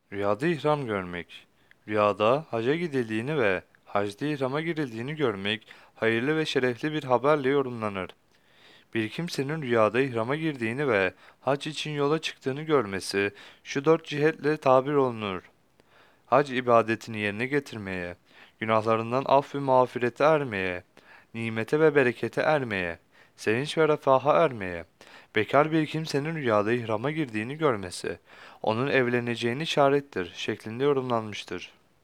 Rüyada ihram görmek. Rüyada hacca gidildiğini ve hacda ihrama girildiğini görmek hayırlı ve şerefli bir haberle yorumlanır. Bir kimsenin rüyada ihrama girdiğini ve hac için yola çıktığını görmesi şu dört cihetle tabir olunur. Hac ibadetini yerine getirmeye, günahlarından af ve mağfirete ermeye, nimete ve berekete ermeye, sevinç ve refaha ermeye, bekar bir kimsenin rüyada ihrama girdiğini görmesi, onun evleneceğini işarettir şeklinde yorumlanmıştır.